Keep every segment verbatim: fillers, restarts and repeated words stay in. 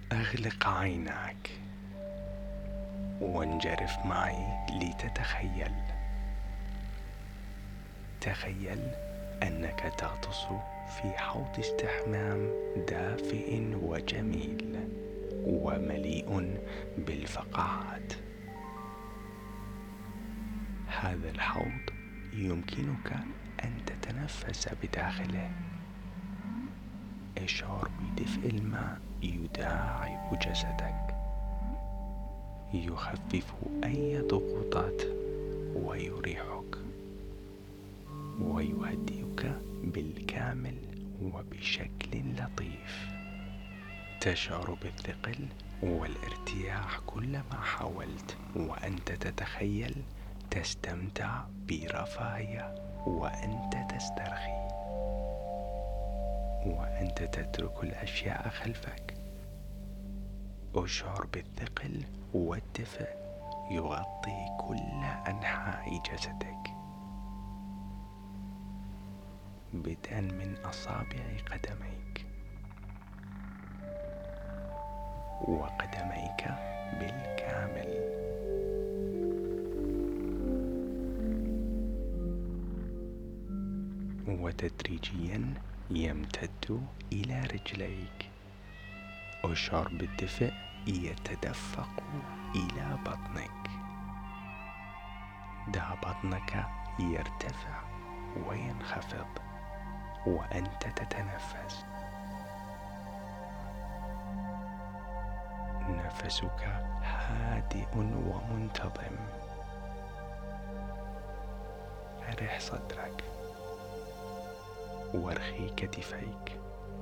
أغلق عيناك وانجرف معي لتتخيل. تخيل أنك تغطس في حوض استحمام دافئ وجميل ومليء بالفقاعات. هذا الحوض يمكنك أن تتنفس بداخله. اشعر بدفء الماء يداعب جسدك، يخفف أي ضغوطات ويريحك ويهدئك بالكامل وبشكل لطيف. تشعر بالثقل والارتياح كلما حاولت، وأنت تتخيل تستمتع برفاهية وأنت تسترخي، وأنت تترك الأشياء خلفك. أشعر بالثقل والدفء يغطي كل أنحاء جسدك، بدءا من أصابع قدميك وقدميك بالكامل، وتدريجيا يمتد إلى رجليك. أشعر بالدفء يتدفق إلى بطنك. دع بطنك يرتفع وينخفض وأنت تتنفس. نفسك هادئ ومنتظم. أرح صدرك وارخي كتفيك.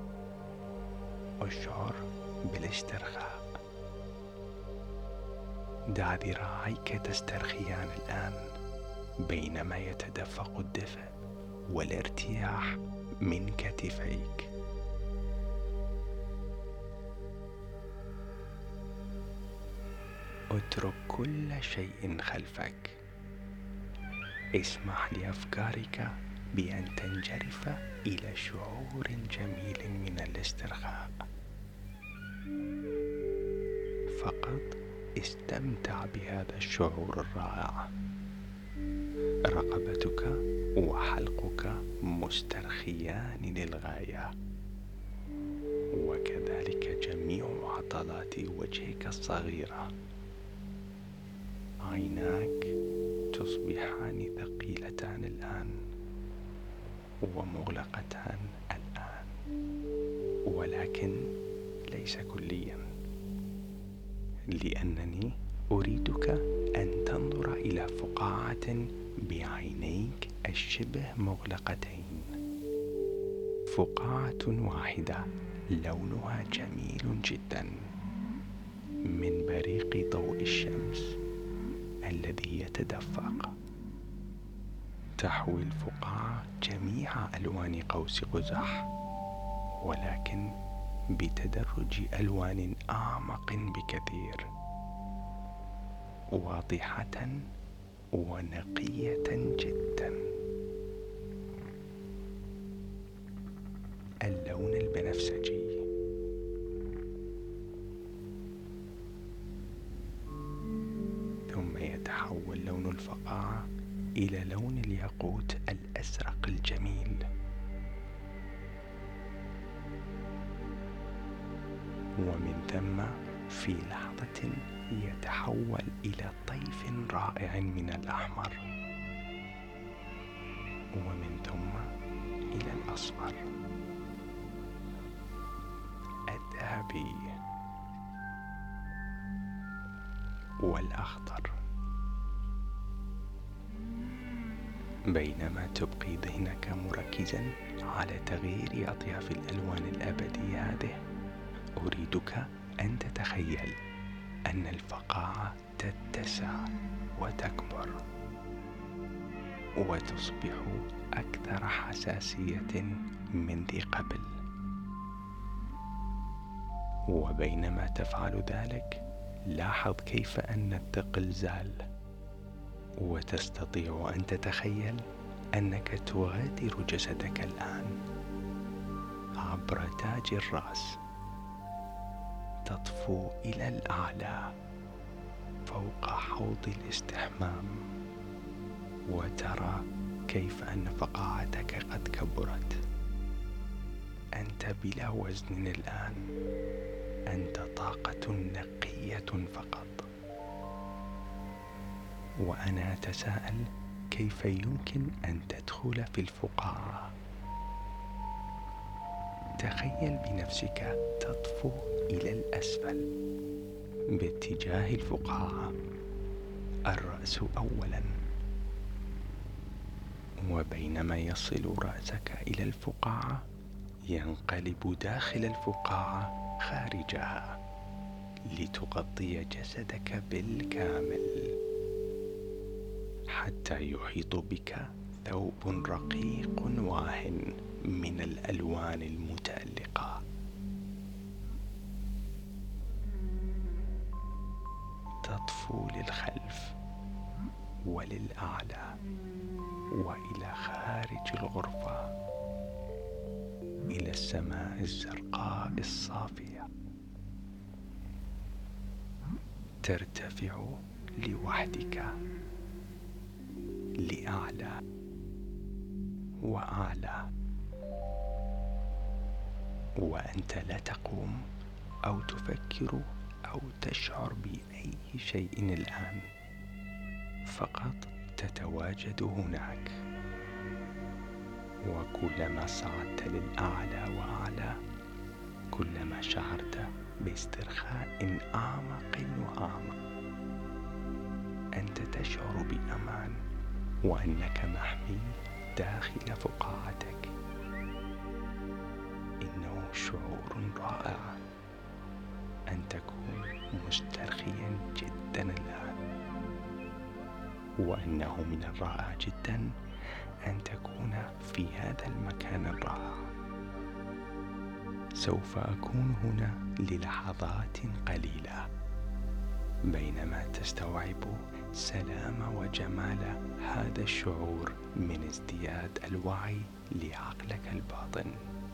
أشعر بالاسترخاء. دع ذراعيك تسترخيان الآن بينما يتدفق الدفء والارتياح من كتفيك. اترك كل شيء خلفك. اسمح لأفكارك بأن تنجرف إلى شعور جميل من الاسترخاء. فقط استمتع بهذا الشعور الرائع. رقبتك وحلقك مسترخيان للغاية، وكذلك جميع عضلات وجهك الصغيرة. عيناك تصبحان ثقيلتان الآن ومغلقتان الآن، ولكن ليس كليا، لأنني أريدك أن تنظر إلى فقاعة بعينيك الشبه مغلقتين. فقاعة واحدة لونها جميل جدا من بريق ضوء الشمس الذي يتدفق. تحوي الفقاعة جميع ألوان قوس قزح، ولكن بتدرج ألوان أعمق بكثير، واضحة ونقية جدا. اللون البنفسجي، ثم يتحول لون الفقاعة إلى لون الياقوت الأزرق الجميل، ومن ثم في لحظة يتحول إلى طيف رائع من الأحمر، ومن ثم إلى الأصفر، الذهبي، والأخضر. بينما تبقي ذهنك مركزا على تغيير أطياف الألوان الأبدية هذه، أريدك أن تتخيل أن الفقاعة تتسع وتكبر وتصبح أكثر حساسية من ذي قبل. وبينما تفعل ذلك، لاحظ كيف أن الثقل زال، وتستطيع أن تتخيل أنك تغادر جسدك الآن عبر تاج الرأس. تطفو إلى الأعلى فوق حوض الاستحمام، وترى كيف أن فقاعتك قد كبرت. أنت بلا وزن الآن، أنت طاقة نقية فقط. وأنا أتساءل كيف يمكن أن تدخل في الفقاعة. تخيل بنفسك تطفو إلى الأسفل باتجاه الفقاعة، الرأس أولا، وبينما يصل رأسك إلى الفقاعة ينقلب داخل الفقاعة خارجها لتغطي جسدك بالكامل حتى يحيط بك ثوب رقيق واهن من الألوان المتألقة. تطفو للخلف وللأعلى وإلى خارج الغرفة، إلى السماء الزرقاء الصافية. ترتفع لوحدك لأعلى وأعلى، وأنت لا تقوم أو تفكر أو تشعر بأي شيء الآن، فقط تتواجد هناك. وكلما صعدت للأعلى وأعلى كلما شعرت باسترخاء أعمق وأعمق. أنت تشعر بأمان وأنك محمي داخل فقاعتك. إنه شعور رائع أن تكون مسترخيا جدا الآن، وأنه من الرائع جدا أن تكون في هذا المكان الرائع. سوف أكون هنا للحظات قليلة بينما تستوعب سلام وجمال هذا الشعور من ازدياد الوعي لعقلك الباطن.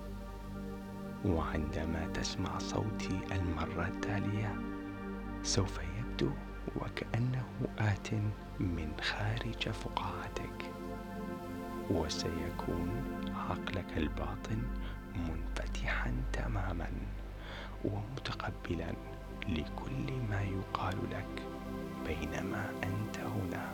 وعندما تسمع صوتي المرة التالية سوف يبدو وكأنه آت من خارج فقاعتك، وسيكون عقلك الباطن منفتحا تماما ومتقبلا لكل ما يقال لك بينما أنت هنا.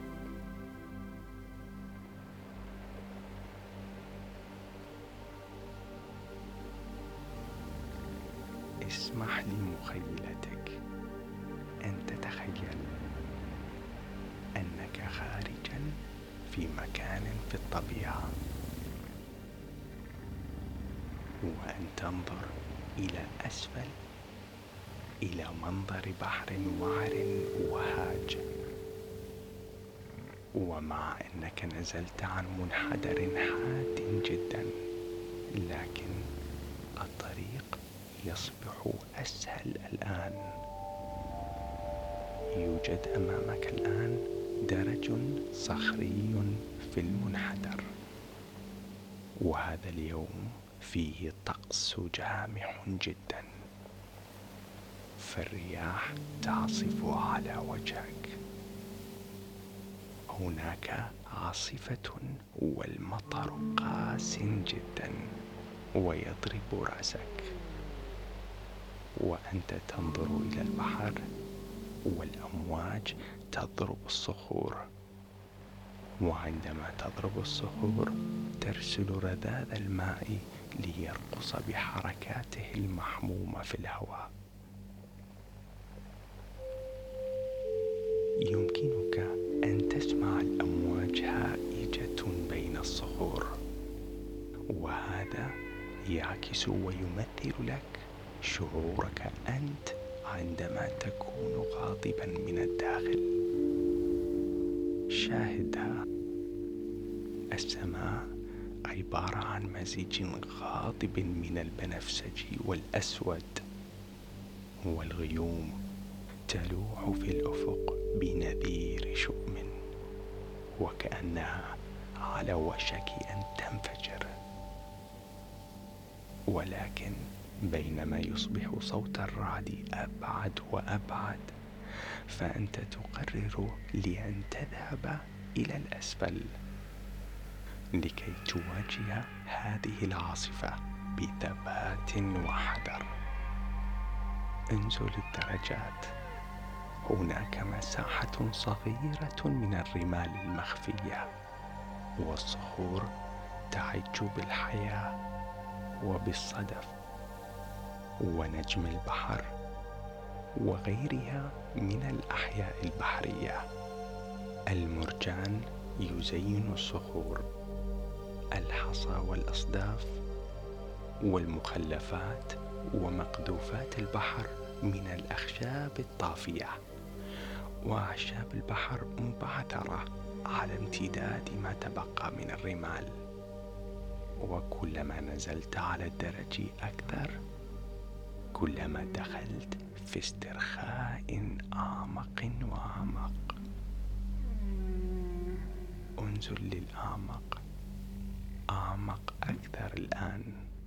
اسمح لمخيلتك أن تتخيل أنك خارجا في مكان في الطبيعة، وأن تنظر إلى أسفل إلى منظر بحر وعر وهاج. ومع أنك نزلت عن منحدر حاد جدا، لكن الطريق يصبح أسهل الآن. يوجد أمامك الآن درج صخري في المنحدر، وهذا اليوم فيه طقس جامح جدا، فالرياح تعصف على وجهك. هناك عاصفة والمطر قاس جدا ويضرب رأسك، وأنت تنظر إلى البحر والأمواج تضرب الصخور، وعندما تضرب الصخور ترسل رذاذ الماء ليرقص بحركاته المحمومة في الهواء. يمكنك أن تسمع الأمواج هائجة بين الصخور، وهذا يعكس ويمثل لك شعورك أنت عندما تكون غاضبا من الداخل. شاهدها، السماء عبارة عن مزيج غاضب من البنفسجي والأسود، والغيوم تلوح في الأفق بنذير شؤم وكأنها على وشك أن تنفجر. ولكن بينما يصبح صوت الرعد أبعد وأبعد، فأنت تقرر لأن تذهب إلى الأسفل لكي تواجه هذه العاصفة بثبات وحذر. انزل الدرجات. هناك مساحة صغيرة من الرمال المخفية، والصخور تعج بالحياة وبالصدف ونجم البحر وغيرها من الأحياء البحرية. المرجان يزين الصخور، الحصى والأصداف والمخلفات ومقذوفات البحر من الأخشاب الطافية، وأعشاب البحر مبعثرة على امتداد ما تبقى من الرمال. وكلما نزلت على الدرج أكثر، كلما دخلت في استرخاء أعمق وأعمق. انزل للأعمق، أعمق أكثر الآن.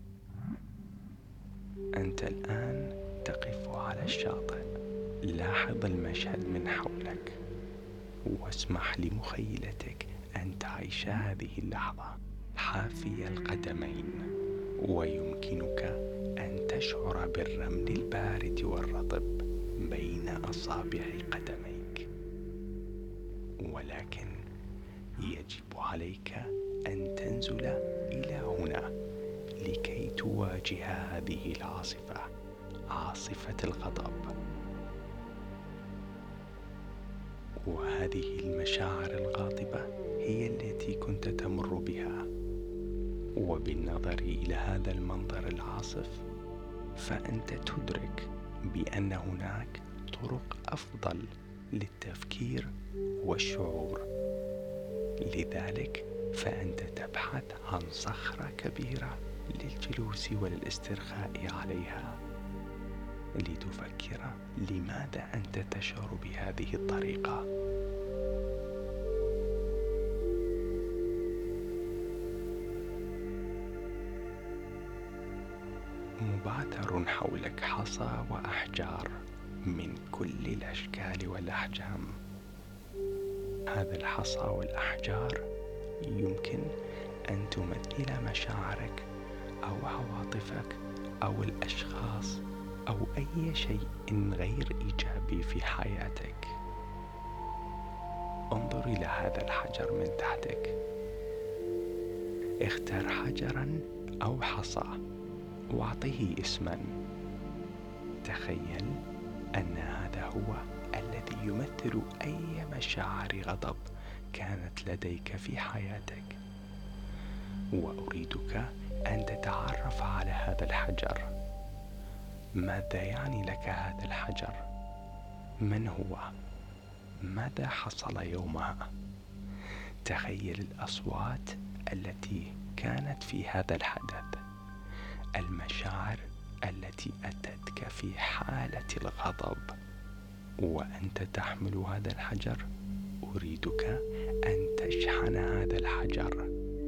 أنت الآن تقف على الشاطئ. لاحظ المشهد من حولك، واسمح لمخيلتك أن تعيش هذه اللحظة حافي القدمين، ويمكنك أن تشعر بالرمل البارد والرطب بين أصابع قدميك. ولكن يجب عليك أن تنزل إلى هنا لكي تواجه هذه العاصفة، عاصفة الغضب. وهذه المشاعر الغاضبة هي التي كنت تمر بها. وبالنظر إلى هذا المنظر العاصف، فأنت تدرك بأن هناك طرق أفضل للتفكير والشعور. لذلك فأنت تبحث عن صخرة كبيرة للجلوس وللاسترخاء عليها، لتفكر لماذا أنت تشعر بهذه الطريقة. مبعثر حولك حصى وأحجار من كل الأشكال والأحجام. هذا الحصى والأحجار يمكن أن تمثل مشاعرك أو عواطفك أو الأشخاص أو أي شيء غير إيجابي في حياتك. انظر إلى هذا الحجر من تحتك. اختر حجرا أو حصى واعطه اسما. تخيل أن هذا هو الذي يمثل أي مشاعر غضب كانت لديك في حياتك. وأريدك أن تتعرف على هذا الحجر. ماذا يعني لك هذا الحجر؟ من هو؟ ماذا حصل يومها؟ تخيل الأصوات التي كانت في هذا الحدث، المشاعر التي أتتك في حالة الغضب. وأنت تحمل هذا الحجر، أريدك أن تشحن هذا الحجر،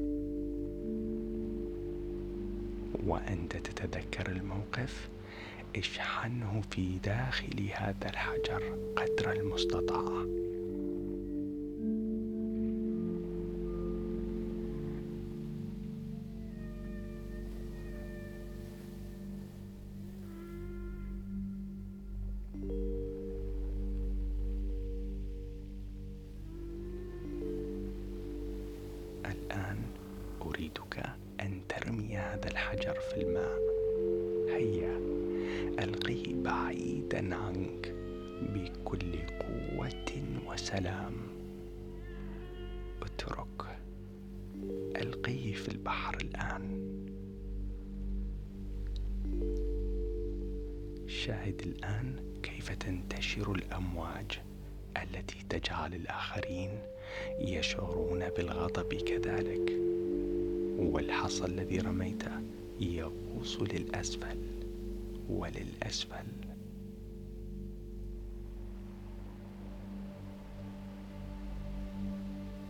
وأنت تتذكر الموقف. اشحنه في داخل هذا الحجر قدر المستطاع. الآن أريدك أن ترمي هذا الحجر في الماء. هيا، ألقيه بعيدا عنك بكل قوة وسلام. اترك، ألقيه في البحر الآن. شاهد الآن كيف تنتشر الأمواج التي تجعل الآخرين يشعرون بالغضب كذلك، والحصى الذي رميته يغوص للأسفل وللأسفل.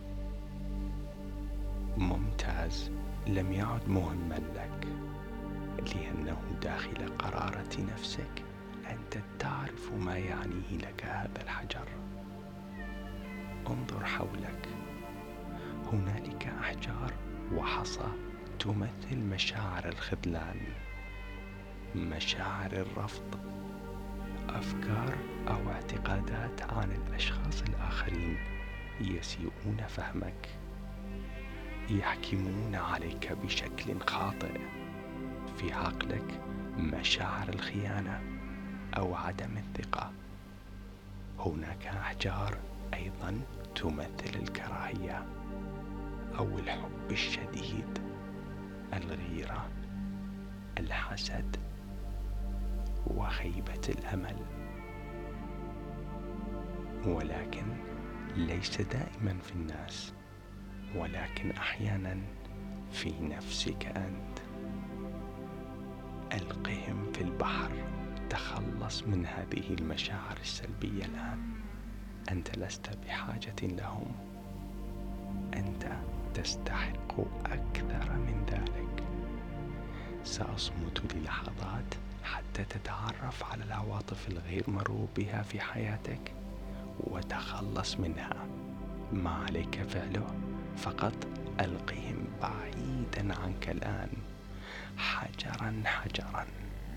ممتاز، لم يعد مهما لك. لأنه داخل قرارة نفسك أنت تعرف ما يعنيه لك هذا الحجر. انظر حولك، هنالك أحجار وحصى تمثل مشاعر الخذلان، مشاعر الرفض، أفكار أو اعتقادات عن الأشخاص الآخرين يسيئون فهمك، يحكمون عليك بشكل خاطئ. في عقلك مشاعر الخيانة أو عدم الثقة. هناك أحجار أيضا تمثل الكراهية أو الحب الشديد، الغيرة، الحسد، وخيبة الأمل. ولكن ليس دائما في الناس، ولكن أحيانا في نفسك أنت. ألقهم في البحر، تخلص من هذه المشاعر السلبية الآن. أنت لست بحاجة لهم، أنت تستحق أكثر من ذلك. سأصمت للحظات حتى تتعرف على العواطف الغير مرغوب بها في حياتك وتخلص منها. ما عليك فعله فقط ألقهم بعيدا عنك الآن، حجرا حجرا.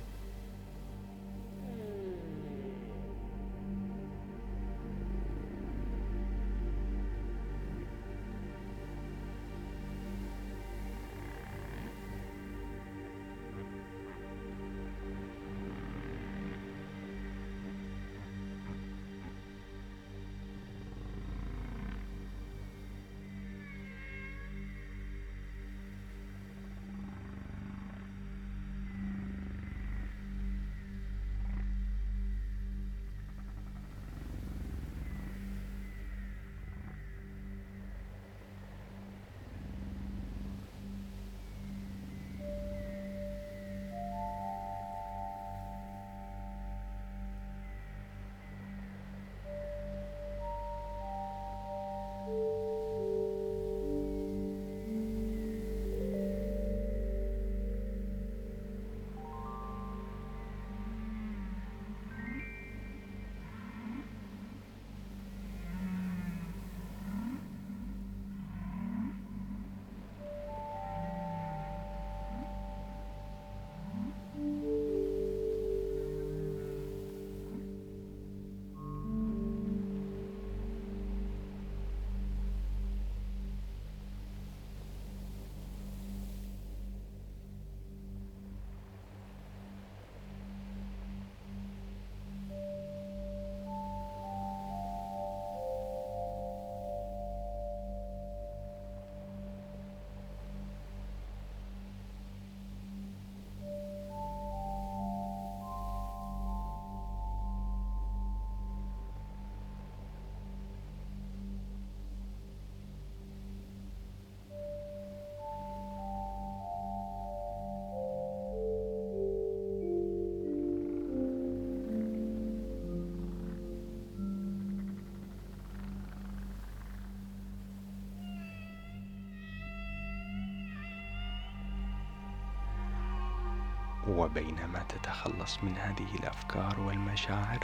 وبينما تتخلص من هذه الأفكار والمشاعر،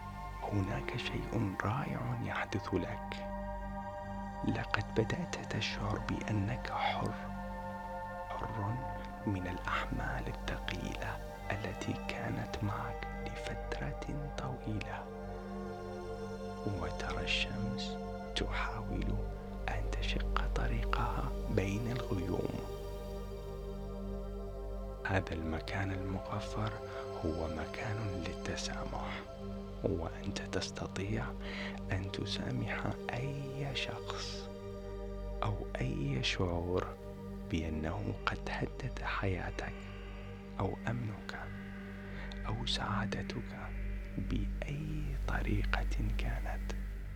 هناك شيء رائع يحدث لك. لقد بدأت تشعر بأنك حر، حر من الأحمال الثقيلة التي كانت معك لفترة طويلة. وترى الشمس تحاول أن تشق طريقها بين الغيوم. هذا المكان المغفر هو مكان للتسامح، وأنت تستطيع أن تسامح أي شخص أو أي شعور بأنه قد هدد حياتك أو أمنك أو سعادتك بأي طريقة كانت.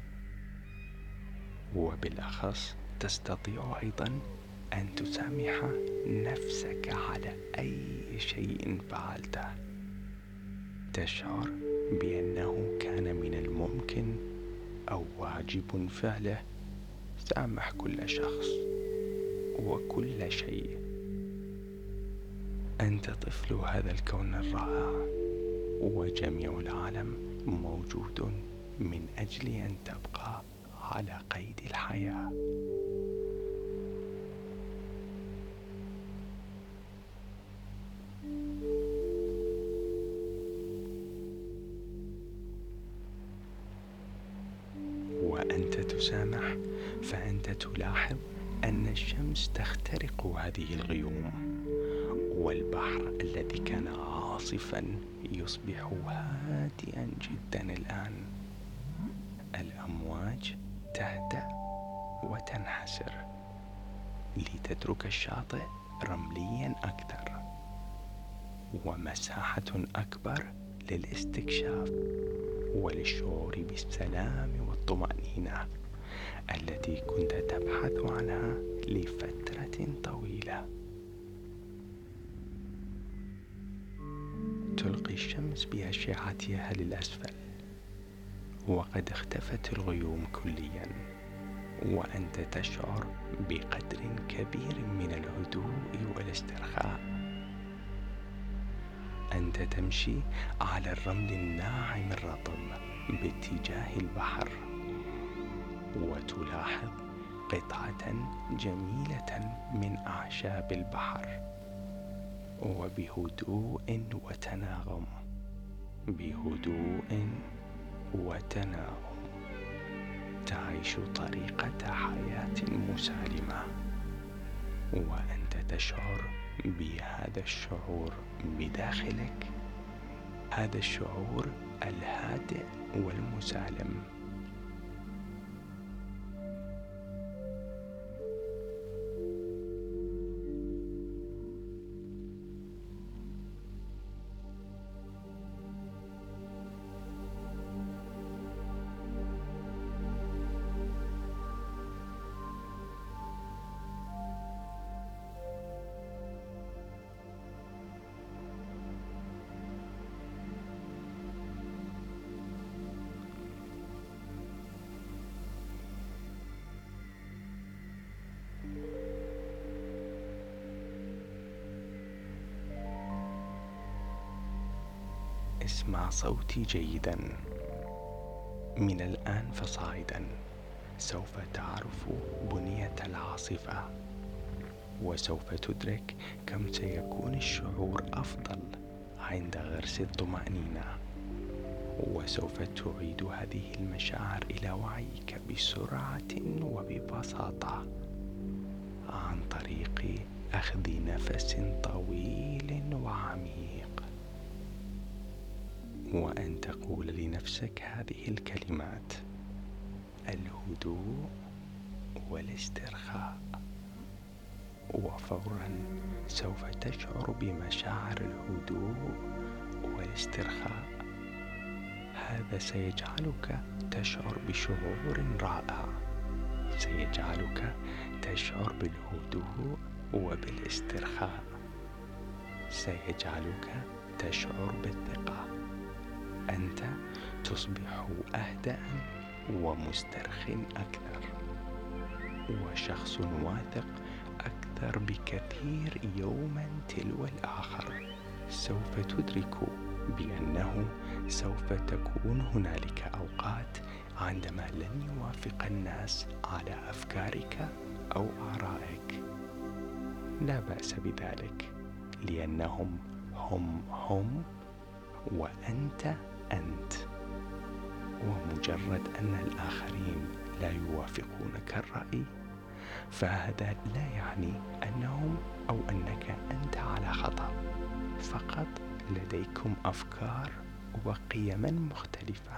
وبالأخص تستطيع أيضا أن تسامح نفسك على أي شيء فعلته تشعر بأنه كان من الممكن أو واجب فعله. سامح كل شخص وكل شيء. أنت طفل هذا الكون الرائع، وجميع العالم موجود من أجل أن تبقى على قيد الحياة. وأنت تسامح، فأنت تلاحظ أن الشمس تخترق هذه الغيوم، والبحر الذي كان عاصفا يصبح هادئا جدا الآن. الأمواج تهدأ وتنحسر لتترك الشاطئ رمليا أكثر، ومساحة أكبر للاستكشاف وللشعور بالسلام والطمأنينة التي كنت تبحث عنها لفترة طويلة. تلقي الشمس بأشعتها للأسفل، وقد اختفت الغيوم كليا، وأنت تشعر بقدر كبير من الهدوء والاسترخاء. أنت تمشي على الرمل الناعم الرطب باتجاه البحر، وتلاحظ قطعة جميلة من أعشاب البحر، وبهدوء وتناغم بهدوء وتناغم تعيش طريقة حياة مسالمة، وأنت تشعر بهذا الشعور بداخلك، هذا الشعور الهادئ والمسالم. اسمع صوتي جيدا. من الآن فصاعدا سوف تعرف بنية العاصفة، وسوف تدرك كم سيكون الشعور أفضل عند غرس الطمأنينة، وسوف تعيد هذه المشاعر إلى وعيك بسرعة وببساطة عن طريق أخذ نفس طويل وعميق، وأن تقول لنفسك هذه الكلمات: الهدوء والاسترخاء. وفورا سوف تشعر بمشاعر الهدوء والاسترخاء. هذا سيجعلك تشعر بشعور رائع، سيجعلك تشعر بالهدوء وبالاسترخاء، سيجعلك تشعر بالثقة. أنت تصبح أهدأ ومسترخٍ أكثر، وشخص واثق أكثر بكثير يوما تلو الآخر. سوف تدرك بأنه سوف تكون هنالك أوقات عندما لن يوافق الناس على أفكارك أو آرائك. لا بأس بذلك، لأنهم هم هم وأنت أنت، ومجرد أن الآخرين لا يوافقونك الرأي فهذا لا يعني أنهم أو أنك أنت على خطأ، فقط لديكم أفكار وقيما مختلفة.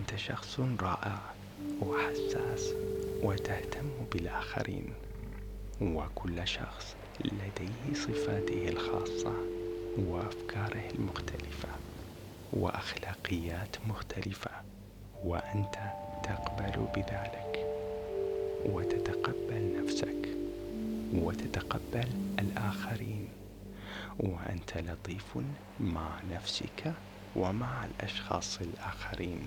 أنت شخص رائع وحساس وتهتم بالآخرين، وكل شخص لديه صفاته الخاصة وأفكاره المختلفة وأخلاقيات مختلفة، وأنت تقبل بذلك وتتقبل نفسك وتتقبل الآخرين، وأنت لطيف مع نفسك ومع الأشخاص الآخرين.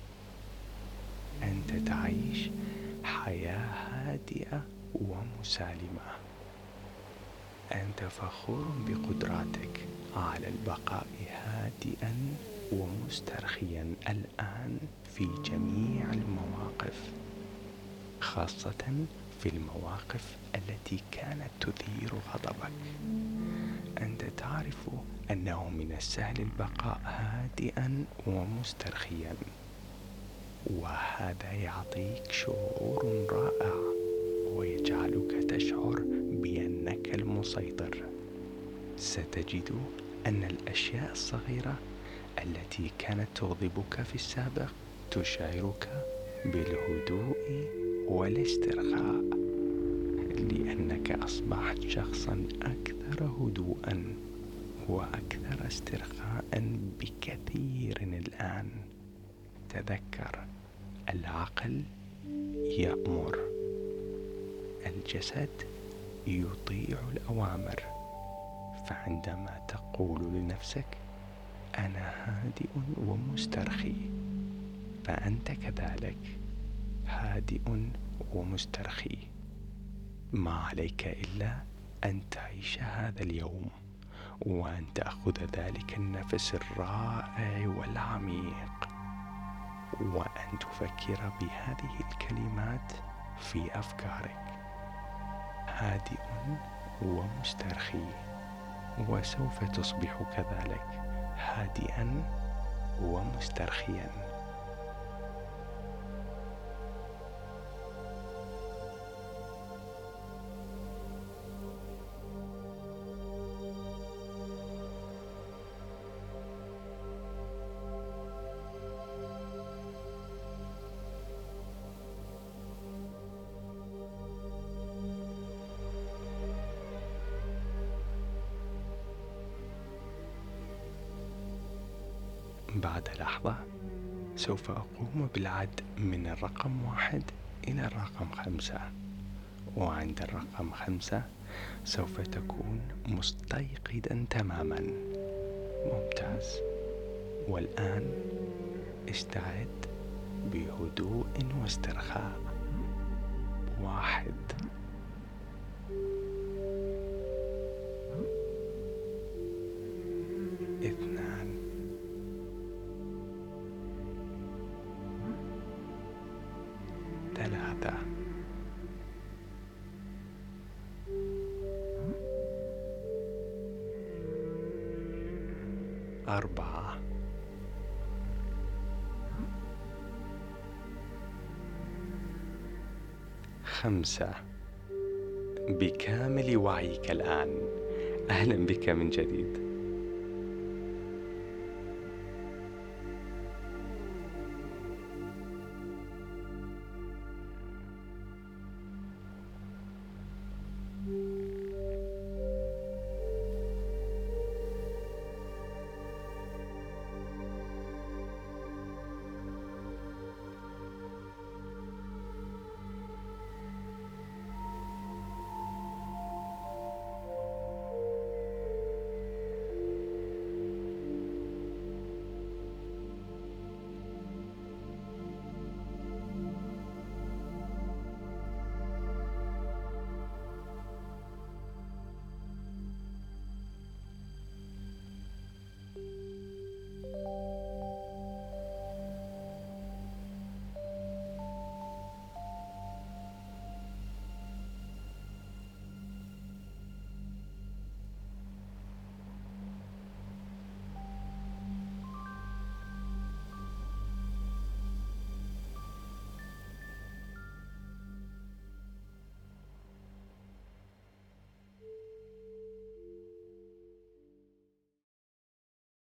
أنت تعيش حياة هادئة ومسالمة. أنت فخور بقدراتك على البقاء هادئا ومسترخيا الآن في جميع المواقف، خاصة في المواقف التي كانت تثير غضبك. أنت تعرف أنه من السهل البقاء هادئا ومسترخيا، وهذا يعطيك شعور رائع ويجعلك تشعر بأنك المسيطر. ستجد أن الأشياء الصغيرة التي كانت تغضبك في السابق تشعرك بالهدوء والاسترخاء، لأنك أصبحت شخصا أكثر هدوءا وأكثر استرخاء بكثير الآن. تذكر، العقل يأمر، الجسد يطيع الأوامر. فعندما تقول لنفسك أنا هادئ ومسترخي، فأنت كذلك هادئ ومسترخي. ما عليك إلا أن تعيش هذا اليوم، وأن تأخذ ذلك النفس الرائع والعميق، وأن تفكر بهذه الكلمات في أفكارك: هادئ ومسترخي. وسوف تصبح كذلك هادئا ومسترخيا. بعد لحظة سوف أقوم بالعد من الرقم واحد إلى الرقم خمسة، وعند الرقم خمسة سوف تكون مستيقظا تماما. ممتاز. والآن استعد بهدوء واسترخاء. واحد، اثنان، ثلاثة، أربعة، خمسة. بكامل وعيك الآن. أهلا بك من جديد.